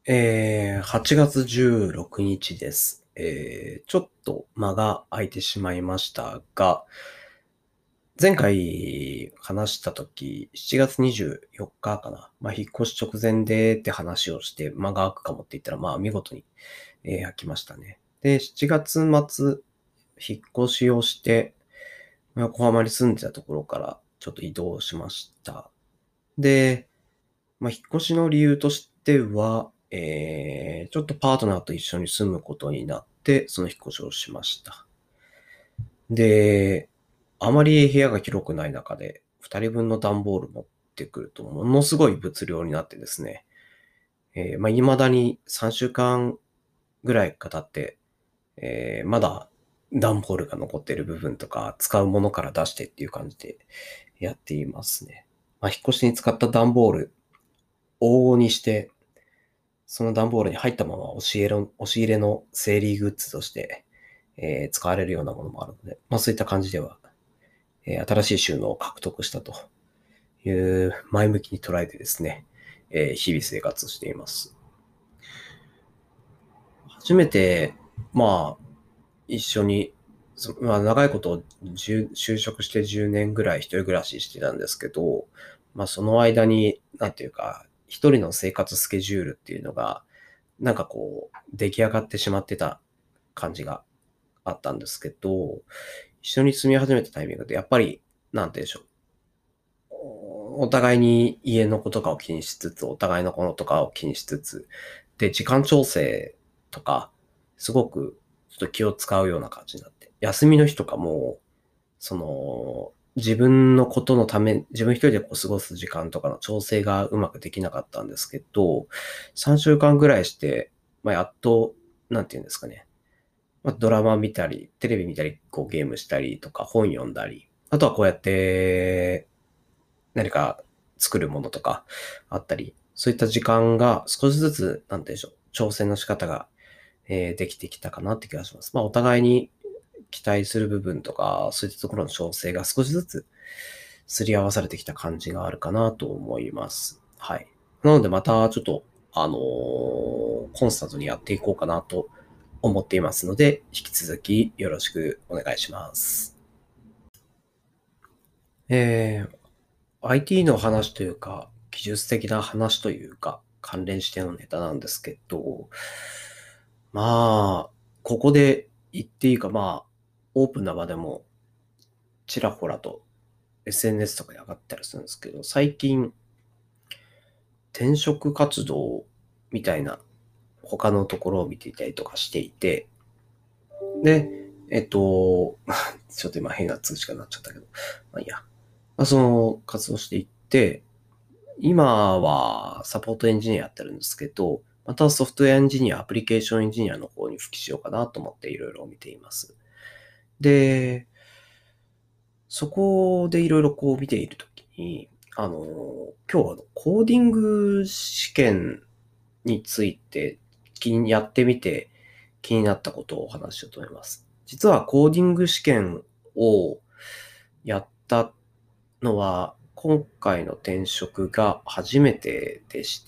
8月16日です。ちょっと間が空いてしまいましたが、前回話したとき、7月24日かな。引っ越し直前でって話をして間が空くかもって言ったら、見事に、空きましたね。で、7月末、引っ越しをして、横浜に住んでたところからちょっと移動しました。で、引っ越しの理由としては、ちょっとパートナーと一緒に住むことになって、その引っ越しをしました。で、あまり部屋が広くない中で、二人分の段ボール持ってくると、ものすごい物量になってですね、未だに3週間ぐらいか経って、まだ段ボールが残っている部分とか、使うものから出してっていう感じでやっていますね。引っ越しに使った段ボール、往々にして、その段ボールに入ったまま押し入れの整理グッズとして、使われるようなものもあるので、そういった感じでは、新しい収納を獲得したという前向きに捉えてですね、日々生活しています。初めて、一緒に、長いこと就職して10年ぐらい一人暮らししてたんですけど、その間に、なんていうか、一人の生活スケジュールっていうのが、出来上がってしまってた感じがあったんですけど、一緒に住み始めたタイミングで、やっぱり、なんて言うんでしょう。お互いに家のことかを気にしつつ、お互いのこととかを気にしつつ、で、時間調整とか、すごくちょっと気を使うような感じになって、休みの日とかも、自分のことのため、自分一人で過ごす時間とかの調整がうまくできなかったんですけど、3週間ぐらいして、やっと、なんて言うんですかね。ドラマ見たり、テレビ見たり、ゲームしたりとか、本読んだり、あとはこうやって、何か作るものとかあったり、そういった時間が少しずつ、なんて言うんでしょう、調整の仕方が、できてきたかなって気がします。お互いに期待する部分とか、そういったところの調整が少しずつすり合わされてきた感じがあるかなと思います。はい。なのでまたちょっと、コンスタントにやっていこうかなと思っていますので、引き続きよろしくお願いします。IT の話というか、技術的な話というか、関連してのネタなんですけど、ここで言っていいか、オープンな場でもちらほらと SNS とかに上がったりするんですけど、最近転職活動みたいな他のところを見ていたりとかしていて、で、ちょっと今変な通知がなっちゃったけど、いいや。その活動していって、今はサポートエンジニアやってるんですけど、またソフトウェアエンジニア、アプリケーションエンジニアの方に復帰しようかなと思っていろいろ見ています。で、そこでいろいろ見ているときに、今日はコーディング試験についてやってみて気になったことをお話ししようと思います。実はコーディング試験をやったのは、今回の転職が初めてでして、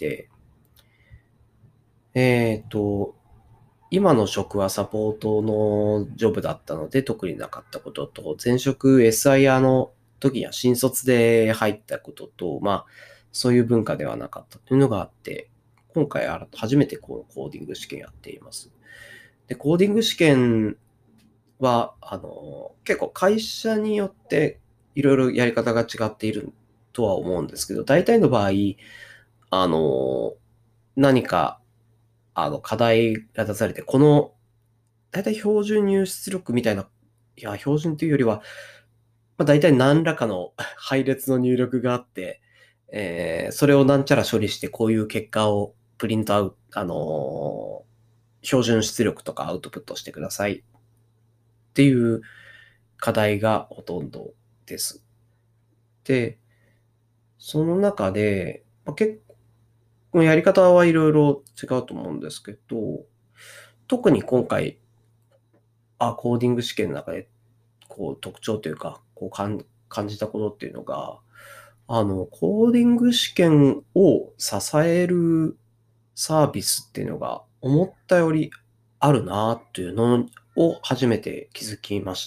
えっと、今の職はサポートのジョブだったので特になかったことと、前職 SIR の時には新卒で入ったことと、そういう文化ではなかったというのがあって、今回初めてこのコーディング試験やっています。で、コーディング試験は、結構会社によっていろいろやり方が違っているとは思うんですけど、大体の場合、あの、何か、課題が出されて、大体標準入出力みたいな、いや、標準というよりは、大体何らかの配列の入力があって、それをなんちゃら処理して、こういう結果をプリントアウト、標準出力とかアウトプットしてくださいっていう課題がほとんどです。で、その中で、結構やり方はいろいろ違うと思うんですけど、特に今回、コーディング試験の中で、特徴というか、感じたことっていうのが、コーディング試験を支えるサービスっていうのが思ったよりあるなっていうのを初めて気づきました。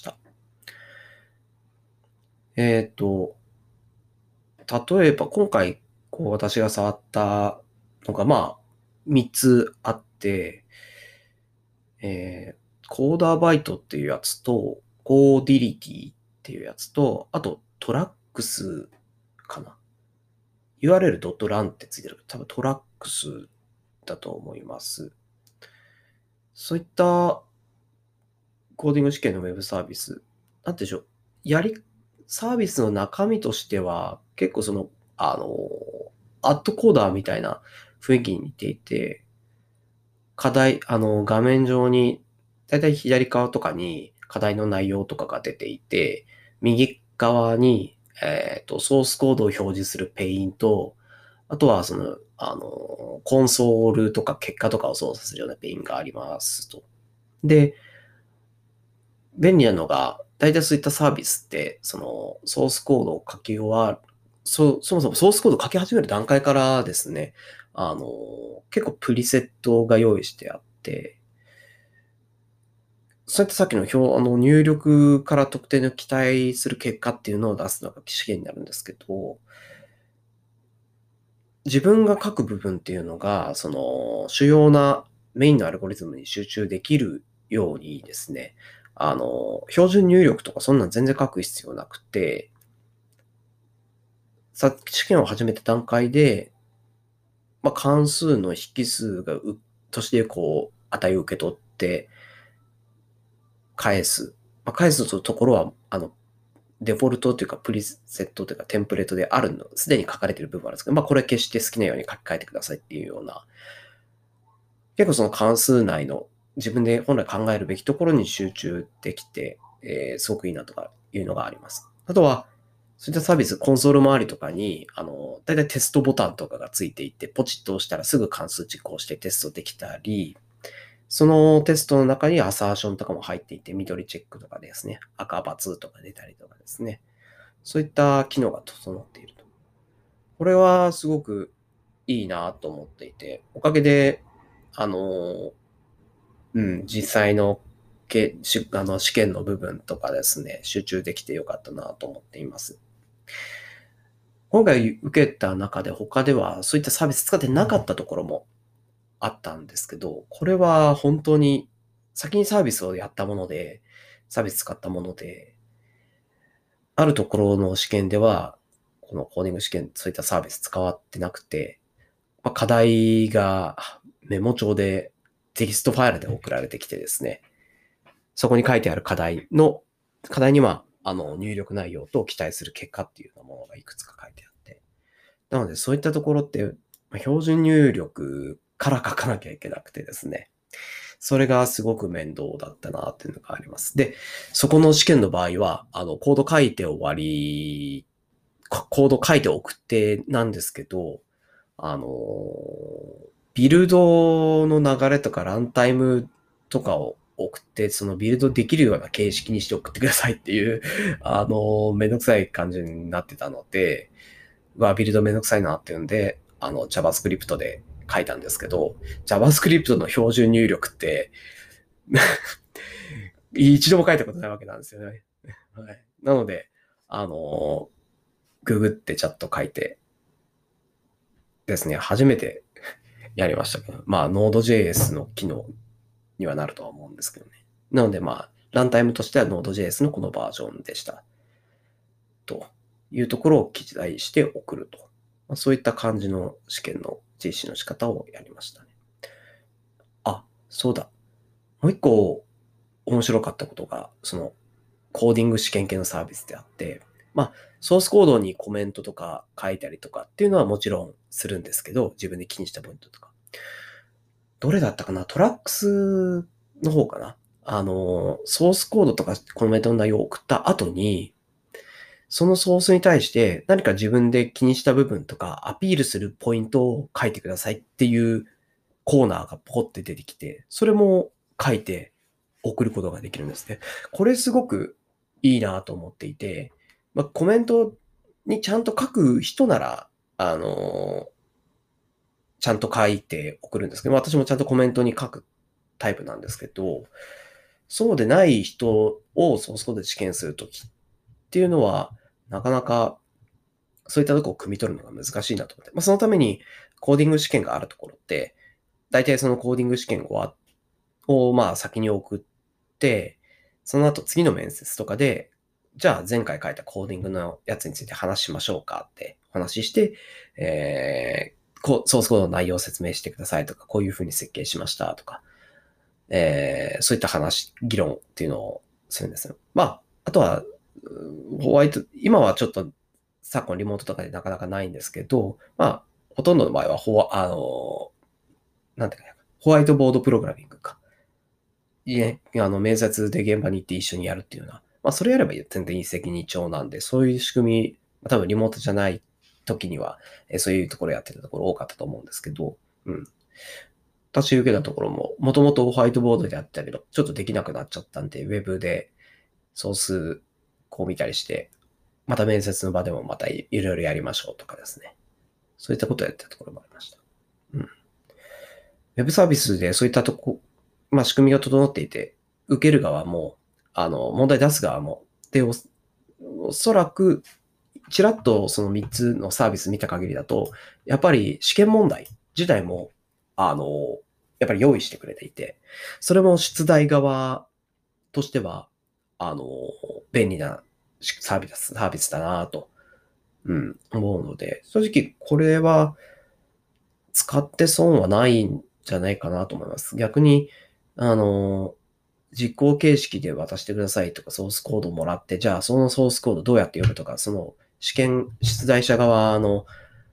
えっと、例えば今回私が触ったのが3つあって、コーダーバイトっていうやつと、コーディリティっていうやつと、あとトラックスかな。URL.run ってついてる。多分トラックスだと思います。そういったコーディング試験のウェブサービス。なんてでしょう。サービスの中身としては、結構アットコーダーみたいな雰囲気に似ていて、画面上に、だいたい左側とかに課題の内容とかが出ていて、右側に、ソースコードを表示するペインと、あとはコンソールとか結果とかを操作するようなペインがありますと。で、便利なのが、大体そういったサービスって、ソースコードを書き終わる、そもそもソースコードを書き始める段階からですね、結構プリセットが用意してあって、そうやってさっきの入力から特定の期待する結果っていうのを出すのが試験になるんですけど、自分が書く部分っていうのが、主要なメインのアルゴリズムに集中できるようにですね、標準入力とかそんなん全然書く必要なくて、試験を始めた段階で、関数の引数がとして値を受け取って返す。返すところは、デフォルトというか、プリセットというか、テンプレートであるの、すでに書かれている部分あるんですけど、これ決して好きなように書き換えてくださいっていうような、結構その関数内の自分で本来考えるべきところに集中できて、すごくいいなとかいうのがあります。あとは、そういったサービス、コンソール周りとかに、だいたいテストボタンとかがついていて、ポチッと押したらすぐ関数実行してテストできたり、そのテストの中にアサーションとかも入っていて、緑チェックとかですね、赤×とか出たりとかですね。そういった機能が整っていると。これはすごくいいなと思っていて、おかげで、あの、実際の試験の部分とかですね、集中できてよかったなと思っています。今回受けた中で他ではそういったサービス使ってなかったところもあったんですけど、これは本当に先にサービスをやったもので、サービス使ったもので、あるところの試験では、このコーディング試験、そういったサービス使ってなくて、課題がメモ帳でテキストファイルで送られてきてですね、そこに書いてある課題には、入力内容と期待する結果っていうようなものがいくつか書いてあって。なので、そういったところって、標準入力から書かなきゃいけなくてですね。それがすごく面倒だったなっていうのがあります。で、そこの試験の場合は、コード書いて終わり、コード書いて送ってなんですけど、あの、ビルドの流れとかランタイムとかを送って、そのビルドできるような形式にして送ってくださいっていう、めんどくさい感じになってたので、ビルドめんどくさいなっていうんで、JavaScript で書いたんですけど、JavaScript の標準入力って一度も書いたことないわけなんですよね。はい。なので、ググってチャット書いてですね、初めてやりましたけど、Node.js の機能にはなるとは思うんですけどね。なので、ランタイムとしては Node.js のこのバージョンでした。というところを記載して送ると。そういった感じの試験の実施の仕方をやりましたね。そうだ。もう一個面白かったことが、コーディング試験系のサービスであって、ソースコードにコメントとか書いたりとかっていうのはもちろんするんですけど、自分で気にしたポイントとか。どれだったかな、トラックスの方かな。ソースコードとかコメントの内容を送った後に、そのソースに対して何か自分で気にした部分とかアピールするポイントを書いてくださいっていうコーナーがポコって出てきて、それも書いて送ることができるんですね。これすごくいいなと思っていて、コメントにちゃんと書く人なら、 ちゃんと書いて送るんですけど、私もちゃんとコメントに書くタイプなんですけど、そうでない人をソースコードで試験するときっていうのは、なかなかそういったところを汲み取るのが難しいなと思って。そのためにコーディング試験があるところって、大体そのコーディング試験を先に送って、その後次の面接とかで、じゃあ前回書いたコーディングのやつについて話しましょうかって話して、ソースコードの内容を説明してくださいとか、こういうふうに設計しましたとか、そういった議論っていうのをするんですよ。あとは、今はちょっと昨今リモートとかでなかなかないんですけど、ほとんどの場合はなんていうか、ホワイトボードプログラミングか。面接で現場に行って一緒にやるっていうのは、それやれば全然一石二鳥なんで、そういう仕組み、多分リモートじゃない時には、そういうところやってたところ多かったと思うんですけど、私受けたところも、もともとホワイトボードでやってたけど、ちょっとできなくなっちゃったんで、ウェブでソースこう見たりして、また面接の場でもまたいろいろやりましょうとかですね。そういったことをやってたところもありました。ウェブサービスでそういった仕組みが整っていて、受ける側も、問題出す側も、で、おそらく、ちらっとその3つのサービス見た限りだと、やっぱり試験問題自体も、やっぱり用意してくれていて、それも出題側としては、便利なサービスだなと、思うので、正直これは使って損はないんじゃないかなと思います。逆に、あの、実行形式で渡してくださいとかソースコードをもらって、じゃあそのソースコードどうやって読むとか、その出題者側の、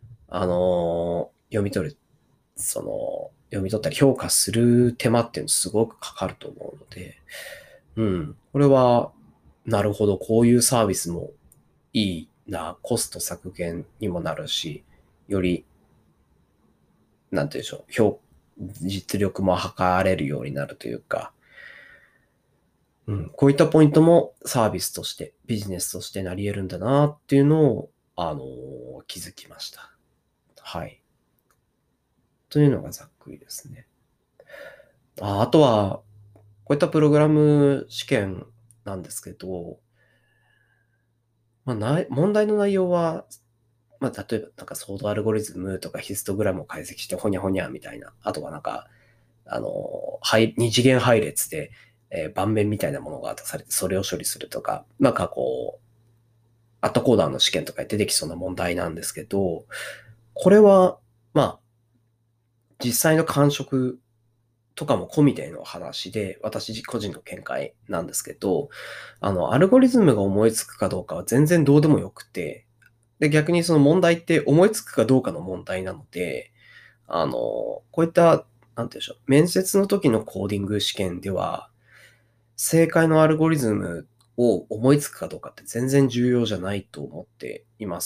読み取ったり評価する手間っていうのすごくかかると思うので、これは、なるほど、こういうサービスもいいな、コスト削減にもなるし、より、なんていうんでしょう、実力も測れるようになるというか、こういったポイントもサービスとして、ビジネスとしてなり得るんだなっていうのを、気づきました。はい。というのがざっくりですね。あとは、こういったプログラム試験なんですけど、問題の内容は、例えばなんかソードアルゴリズムとかヒストグラムを解析してほにゃほにゃみたいな、あとはなんか、二次元配列で、盤面みたいなものが出されて、それを処理するとか、アットコーダーの試験とかで出てきそうな問題なんですけど、これは、実際の感触とかも込みでの話で、私個人の見解なんですけど、アルゴリズムが思いつくかどうかは全然どうでもよくて、で、逆にその問題って思いつくかどうかの問題なので、こういった、なんて言うんでしょう、面接の時のコーディング試験では、正解のアルゴリズムを思いつくかどうかって全然重要じゃないと思っています。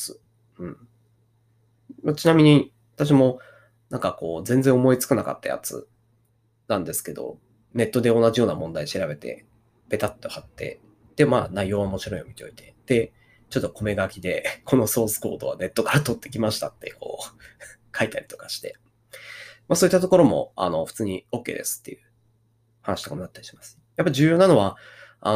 ちなみに、私も、全然思いつかなかったやつなんですけど、ネットで同じような問題調べて、ペタッと貼って、で、内容はもちろん読み解いて、で、ちょっと米書きで、このソースコードはネットから取ってきましたって、書いたりとかして、そういったところも、普通に OK ですっていう話とかもなったりします。やっぱ重要なのは、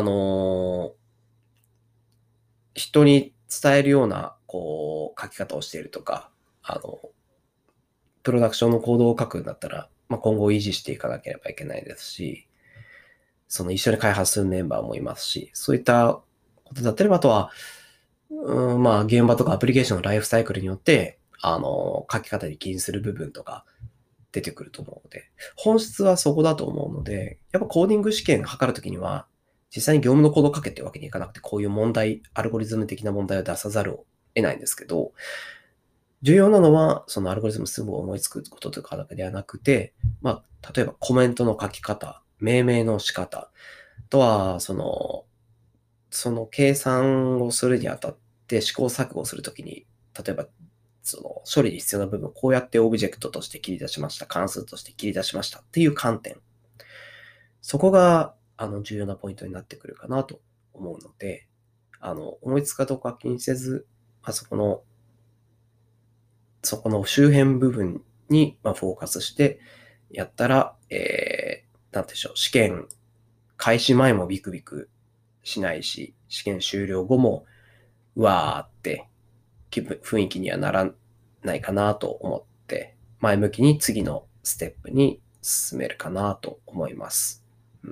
人に伝えるような、書き方をしているとか、プロダクションのコードを書くんだったら、今後維持していかなければいけないですし、その一緒に開発するメンバーもいますし、そういったことだったり、あとは、現場とかアプリケーションのライフサイクルによって、書き方に気にする部分とか出てくると思うので、本質はそこだと思うので、やっぱコーディング試験を測るときには、実際に業務のコードを書けってわけにいかなくて、こういうアルゴリズム的な問題を出さざるを得ないんですけど、重要なのは、そのアルゴリズムすぐ思いつくこととかだけではなくて、例えばコメントの書き方、命名の仕方、あとは、その計算をするにあたって試行錯誤するときに、例えば、その処理に必要な部分をこうやってオブジェクトとして切り出しました。関数として切り出しましたっていう観点。そこが、重要なポイントになってくるかなと思うので、思いつくかどうか気にせず、そこの周辺部分に、フォーカスしてやったら、なんでしょう、試験開始前もビクビクしないし、試験終了後も、うわーって雰囲気にはならないかなと思って、前向きに次のステップに進めるかなと思います。うん、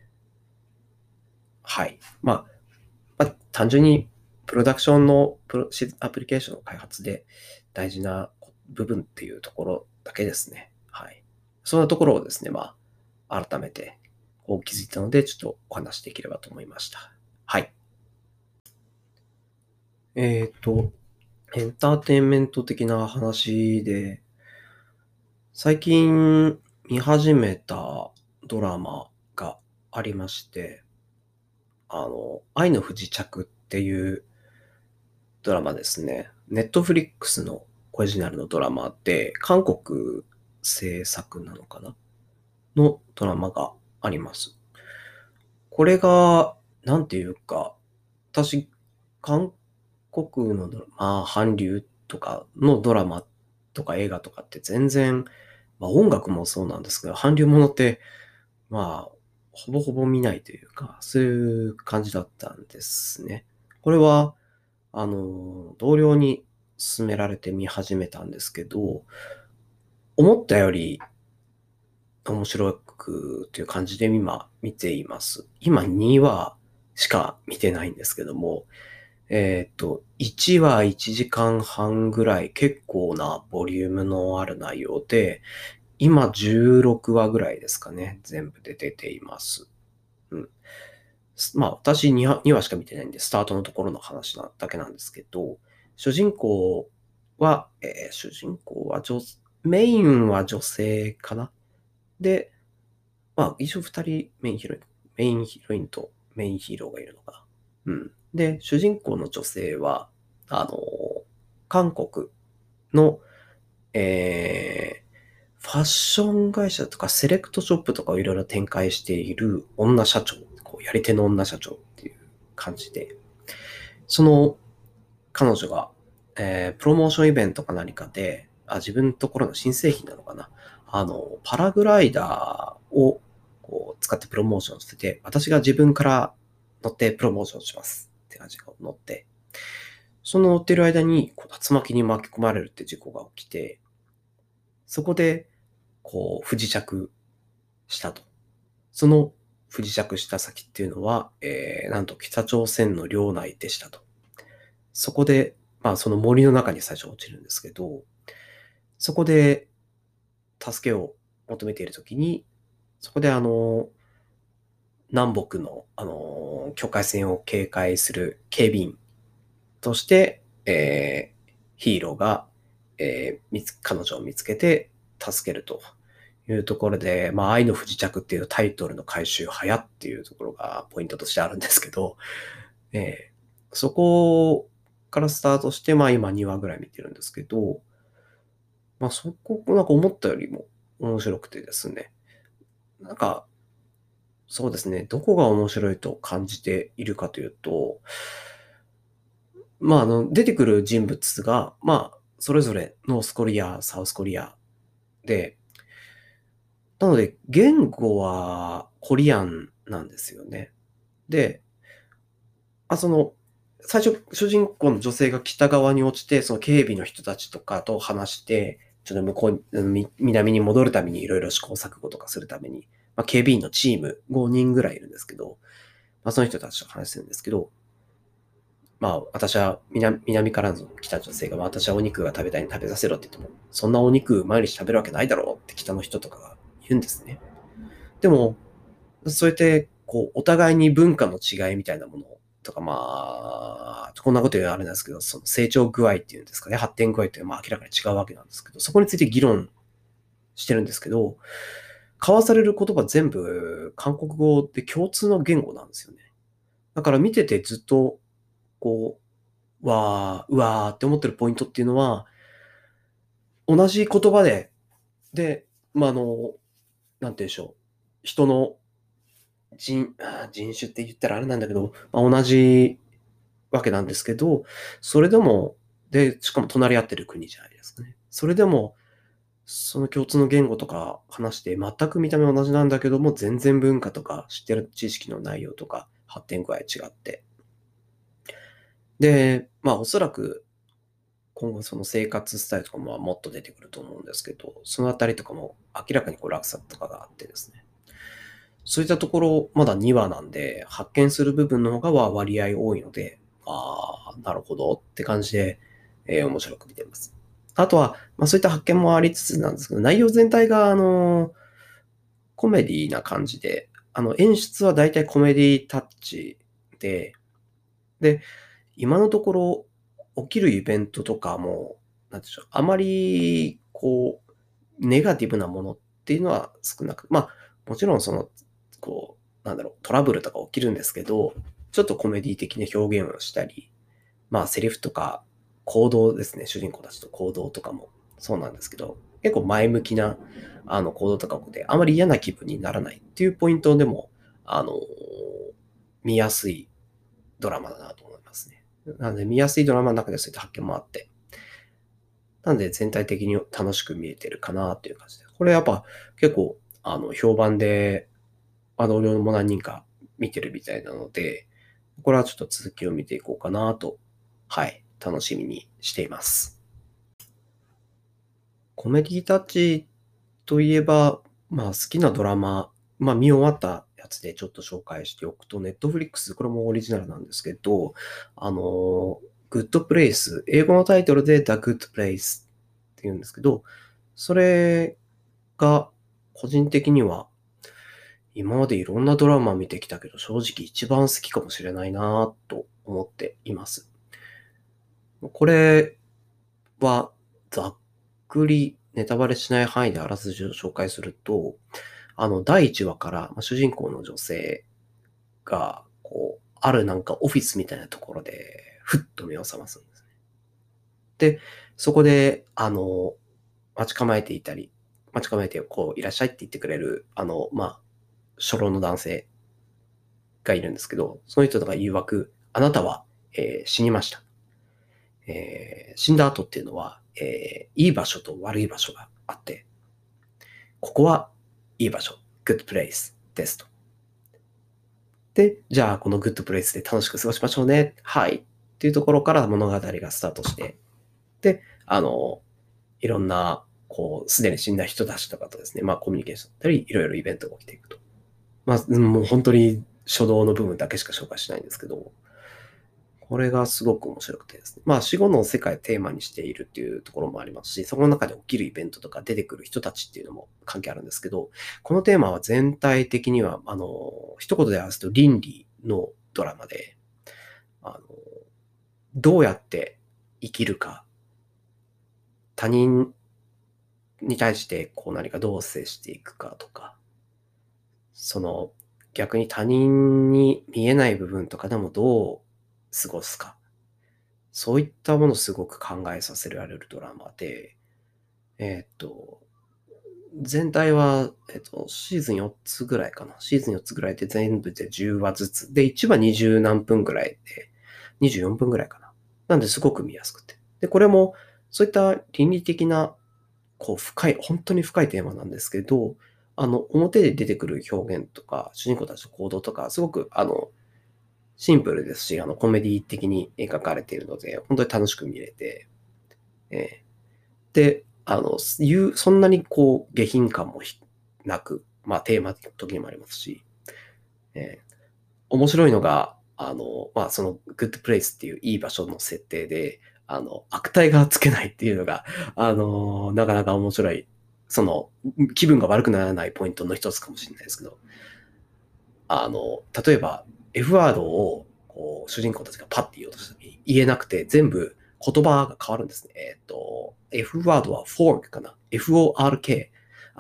はい。単純にプロダクションのアプリケーションの開発で大事な部分っていうところだけですね。はい。そんなところをですね、改めて気づいたので、ちょっとお話しできればと思いました。はい。エンターテインメント的な話で、最近見始めたドラマがありまして、愛の不時着っていうドラマですね。ネットフリックスのオリジナルのドラマで、韓国制作なのかなのドラマがあります。これが、なんていうか、私、韓国の韓流とかのドラマとか映画とかって全然、音楽もそうなんですけど、韓流ものって、ほぼほぼ見ないというか、そういう感じだったんですね。これは、同僚に勧められて見始めたんですけど、思ったより面白くという感じで今見ています。今2話しか見てないんですけども、1話1時間半ぐらい結構なボリュームのある内容で、今16話ぐらいですかね、全部で出ています。うん。私2話しか見てないんで、スタートのところの話なだけなんですけど、主人公は、メインは女性かな。で、一応2人メインヒロインとメインヒーローがいるのかな。うん。で、主人公の女性は、韓国の、ファッション会社とかセレクトショップとかをいろいろ展開している女社長、やり手の女社長っていう感じで、その彼女が、プロモーションイベントか何かで、自分のところの新製品なのかな。パラグライダーを使ってプロモーションしてて、私が自分から乗ってプロモーションしますって感じが乗って、その乗ってる間に竜巻に巻き込まれるって事故が起きて、そこで不時着したと。その不時着した先っていうのは、なんと北朝鮮の領内でしたと。そこで、その森の中に最初落ちるんですけど、そこで助けを求めているときに、そこで南北の、境界線を警戒する警備員として、ヒーローが、彼女を見つけて助けるというところで、愛の不時着っていうタイトルの回収早っていうところがポイントとしてあるんですけど、そこからスタートして、今2話ぐらい見てるんですけど、そこ、なんか思ったよりも面白くてですね。なんか、そうですね、どこが面白いと感じているかというと、出てくる人物が、それぞれノースコリア、サウスコリアで、なので、言語はコリアンなんですよね。で、最初、主人公の女性が北側に落ちて、その警備の人たちとかと話して、ちょっと向こうに、南に戻るためにいろいろ試行錯誤とかするために、警備員のチーム5人ぐらいいるんですけど、その人たちと話してるんですけど、私は南からの来た女性が、私はお肉が食べたいに食べさせろって言っても、そんなお肉毎日食べるわけないだろうって北の人とかが言うんですね。でも、そうやって、お互いに文化の違いみたいなものとか、こんなこと言うのはあれなんですけど、その成長具合っていうんですかね、発展具合っていうのは明らかに違うわけなんですけど、そこについて議論してるんですけど、交わされる言葉全部韓国語で共通の言語なんですよね。だから見ててずっと、うわーって思ってるポイントっていうのは、同じ言葉で、なんて言うんでしょう。人の人種って言ったらあれなんだけど、同じわけなんですけど、それでも、しかも隣り合ってる国じゃないですかね。それでも、 その共通の言語とか話して全く見た目同じなんだけども、全然文化とか知ってる知識の内容とか発展具合違って。で、おそらく今後その生活スタイルとかももっと出てくると思うんですけど、そのあたりとかも明らかに落差とかがあってですね。そういったところ、まだ2話なんで、発見する部分の方が割合多いので、なるほどって感じで、面白く見てます。あとは、そういった発見もありつつなんですけど、内容全体が、コメディな感じで、演出は大体コメディタッチで、今のところ起きるイベントとかも、なんでしょう、あまり、ネガティブなものっていうのは少なく、もちろんトラブルとか起きるんですけど、ちょっとコメディ的な表現をしたり、セリフとか行動ですね、主人公たちの行動とかもそうなんですけど、結構前向きな、行動とかで、あまり嫌な気分にならないっていうポイントでも、見やすいドラマだなと思いますね。なので、見やすいドラマの中でそういった発見もあって、なので全体的に楽しく見えてるかなっていう感じで。これやっぱ結構、評判で、同僚も何人か見てるみたいなので、これはちょっと続きを見ていこうかなと、楽しみにしています。コメディタッチといえば、好きなドラマ、見終わったやつでちょっと紹介しておくと、ネットフリックス、これもオリジナルなんですけど、グッドプレイス、英語のタイトルで The Good Place って言うんですけど、それが個人的には今までいろんなドラマ見てきたけど、正直一番好きかもしれないなと思っています。これはざっくりネタバレしない範囲であらすじを紹介すると、第1話から、主人公の女性が、あるなんかオフィスみたいなところで、ふっと目を覚ますんですね。で、そこで、待ち構えていて、いらっしゃいって言ってくれる、初老の男性がいるんですけど、その人が言うわく、あなたは、死にました。死んだ後っていうのは、いい場所と悪い場所があって、ここはいい場所、good place ですと。で、じゃあこの good place で楽しく過ごしましょうね。はい。っていうところから物語がスタートして、で、いろんな、すでに死んだ人たちとかとですね、コミュニケーションだったり、いろいろイベントが起きていくと。もう本当に初動の部分だけしか紹介しないんですけど、これがすごく面白くてですね。死後の世界をテーマにしているっていうところもありますし、そこの中で起きるイベントとか出てくる人たちっていうのも関係あるんですけど、このテーマは全体的には、一言で表すと倫理のドラマで、どうやって生きるか、他人に対して何かどう接していくかとか、逆に他人に見えない部分とかでもどう過ごすか。そういったものをすごく考えさせられるドラマで、全体は、シーズン4つぐらいかな。シーズン4つぐらいで全部で10話ずつ。で、1話20何分ぐらいで、24分ぐらいかな。なんですごく見やすくて。で、これも、そういった倫理的な、本当に深いテーマなんですけど、表で出てくる表現とか、主人公たちの行動とか、すごく、シンプルですし、コメディ的に描かれているので、本当に楽しく見れて、で、そんなに下品感もなく、テーマ的時にもありますし、面白いのが、その、グッドプレイスっていういい場所の設定で、悪態がつけないっていうのが、なかなか面白い、気分が悪くならないポイントの一つかもしれないですけど、例えば、F ワードを、主人公たちがパッて言おうとした時に言えなくて、全部言葉が変わるんですね。F ワードは fork かな。F-O-R-K。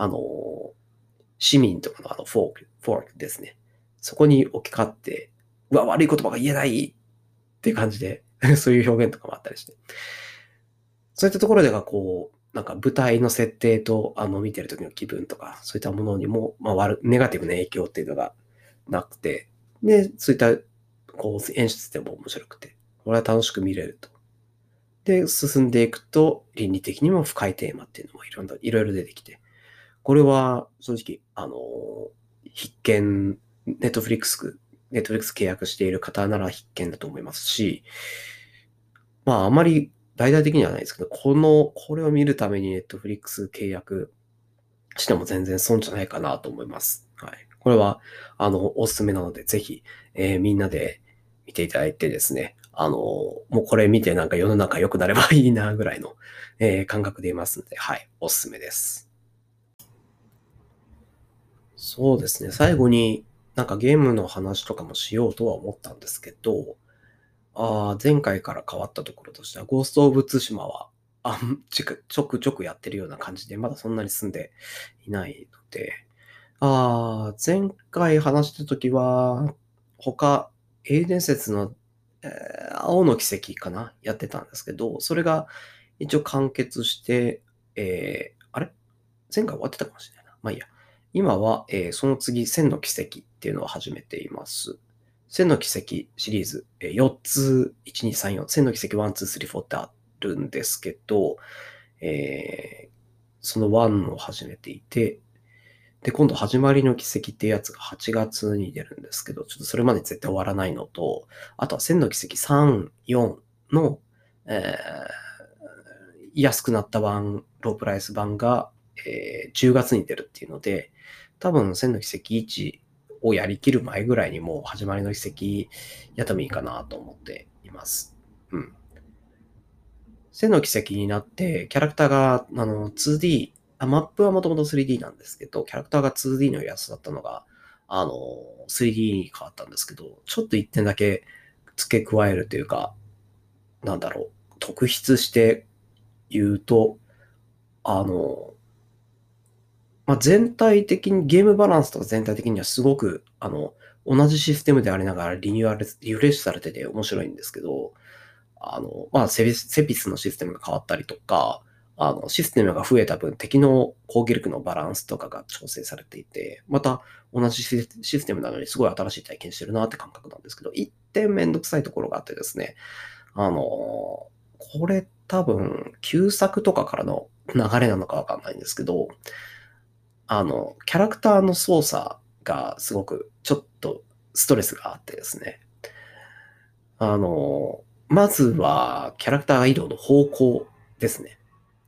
市民とかのfork ですね。そこに置き換わって、悪い言葉が言えないっていう感じで、そういう表現とかもあったりして。そういったところでが、なんか舞台の設定と、見てる時の気分とか、そういったものにも、ネガティブな影響っていうのがなくて、で、そういった、演出でも面白くて、これは楽しく見れると。 で、進んでいくと、倫理的にも深いテーマっていうのもいろいろ出てきて、これは正直、必見、ネットフリックス契約している方なら必見だと思いますし、まあ、あまり大々的にはないですけど、これを見るためにネットフリックス契約しても全然損じゃないかなと思います。はい。これは、おすすめなので、ぜひ、みんなで見ていただいてですね、もうこれ見てなんか世の中良くなればいいなぐらいの、感覚でいますので、はい、おすすめです。そうですね。最後になんかゲームの話とかもしようとは思ったんですけど、前回から変わったところとしては、ゴースト・オブ・ツシマは、ちょくちょくやってるような感じで、まだそんなに進んでいないので、前回話したときは、英雄伝説の、青の奇跡かなやってたんですけど、それが一応完結して、あれ前回終わってたかもしれないな。まあいいや。今は、その次、千の奇跡っていうのを始めています。千の奇跡シリーズ、4つ、1、2、3、4、千の奇跡1、2、3、4ってあるんですけど、その1を始めていて、で、今度、始まりの奇跡っていうやつが8月に出るんですけど、ちょっとそれまで絶対終わらないのと、あとは千の奇跡3、4の、安くなった版、ロープライス版が、10月に出るっていうので、多分、千の奇跡1をやりきる前ぐらいにもう始まりの奇跡やってもいいかなと思っています。うん。千の奇跡になって、キャラクターが、2D、マップはもともと 3D なんですけど、キャラクターが 2D のやつだったのが、3D に変わったんですけど、ちょっと一点だけ付け加えるというか、なんだろう、特筆して言うと、あの、全体的に、ゲームバランスとか全体的にはすごく、同じシステムでありながらリフレッシュされてて面白いんですけど、セピスのシステムが変わったりとか、システムが増えた分、敵の攻撃力のバランスとかが調整されていて、また同じシステムなのにすごい新しい体験してるなって感覚なんですけど、一点めんどくさいところがあってですね、これ多分、旧作とかからの流れなのかわかんないんですけど、キャラクターの操作がすごくちょっとストレスがあってですね、まずは、キャラクター移動の方向ですね。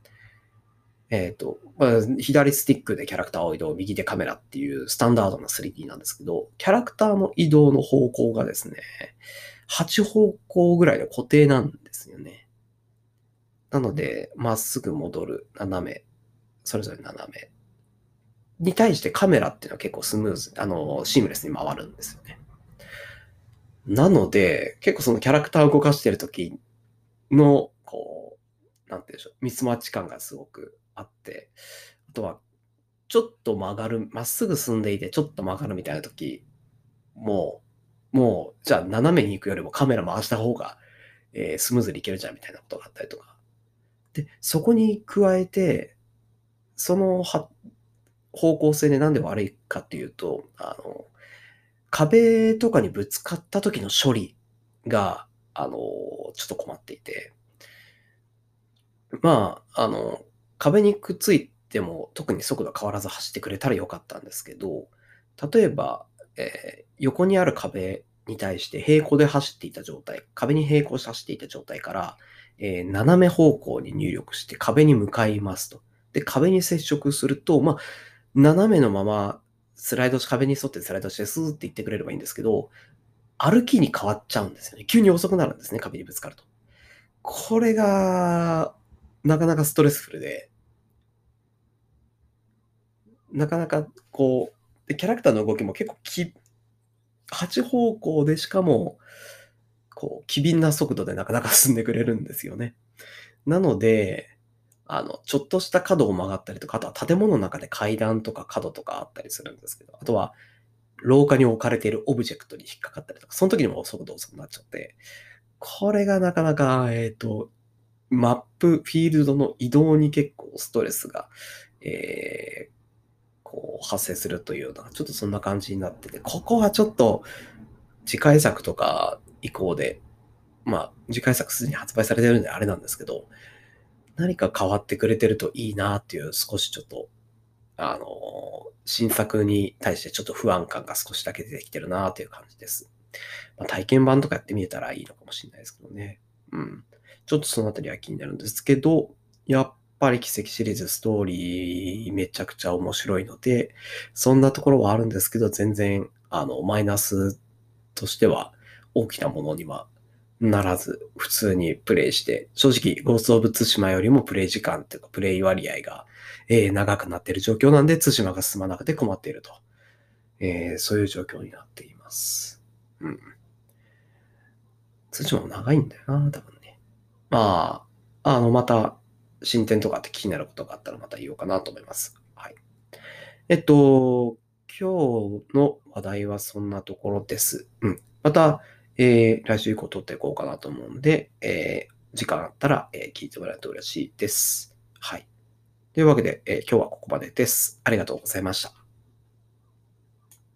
左スティックでキャラクターを移動、右でカメラっていうスタンダードな 3D なんですけど、キャラクターの移動の方向がですね、8方向ぐらいで固定なんですよね。なので、まっすぐ戻る、斜め、それぞれ斜め。に対してカメラっていうのは結構スムーズ、シームレスに回るんですよね。なので、結構そのキャラクターを動かしてるときの、なんていうんでしょう、ミスマッチ感がすごくあって、あとは、ちょっと曲がる、まっすぐ進んでいて、ちょっと曲がるみたいな時、じゃあ斜めに行くよりもカメラ回した方が、スムーズにいけるじゃんみたいなことがあったりとか。で、そこに加えて、その方向性でなんで悪いかっていうと、壁とかにぶつかった時の処理が、ちょっと困っていて、まあ、壁にくっついても特に速度変わらず走ってくれたらよかったんですけど、例えば、横にある壁に対して平行で走っていた状態、壁に平行して走っていた状態から、斜め方向に入力して壁に向かいますと。で、壁に接触すると、斜めのまま壁に沿ってスライドしてスーって行ってくれればいいんですけど、歩きに変わっちゃうんですよね。急に遅くなるんですね、壁にぶつかると。これが、なかなかストレスフルで、なかなかでキャラクターの動きも結構8方向でしかも、機敏な速度でなかなか進んでくれるんですよね。なので、ちょっとした角を曲がったりとか、あとは建物の中で階段とか角とかあったりするんですけど、あとは廊下に置かれているオブジェクトに引っかかったりとか、その時にも速度遅くなっちゃって、これがなかなか、マップ、フィールドの移動に結構ストレスが、発生するというような、ちょっとそんな感じになってて、ここはちょっと次回作とか以降で、 次回作すでに発売されてるんであれなんですけど、何か変わってくれてるといいなっていう少しちょっと、新作に対してちょっと不安感が少しだけ出てきてるなっていう感じです。体験版とかやってみれたらいいのかもしれないですけどね。ちょっとそのあたりは気になるんですけど、やっぱり奇跡シリーズストーリーめちゃくちゃ面白いので、そんなところはあるんですけど、全然、マイナスとしては大きなものにはならず、普通にプレイして、正直、ゴースト・オブ・ツシマよりもプレイ時間っていうか、プレイ割合が、長くなっている状況なんで、ツシマが進まなくて困っていると。そういう状況になっています。ツシマも長いんだよな、多分ね。また、進展とかって気になることがあったらまた言おうかなと思います。はい。今日の話題はそんなところです。また、来週以降撮っていこうかなと思うんで、時間あったら、聞いてもらえると嬉しいです。はい。というわけで、今日はここまでです。ありがとうございました。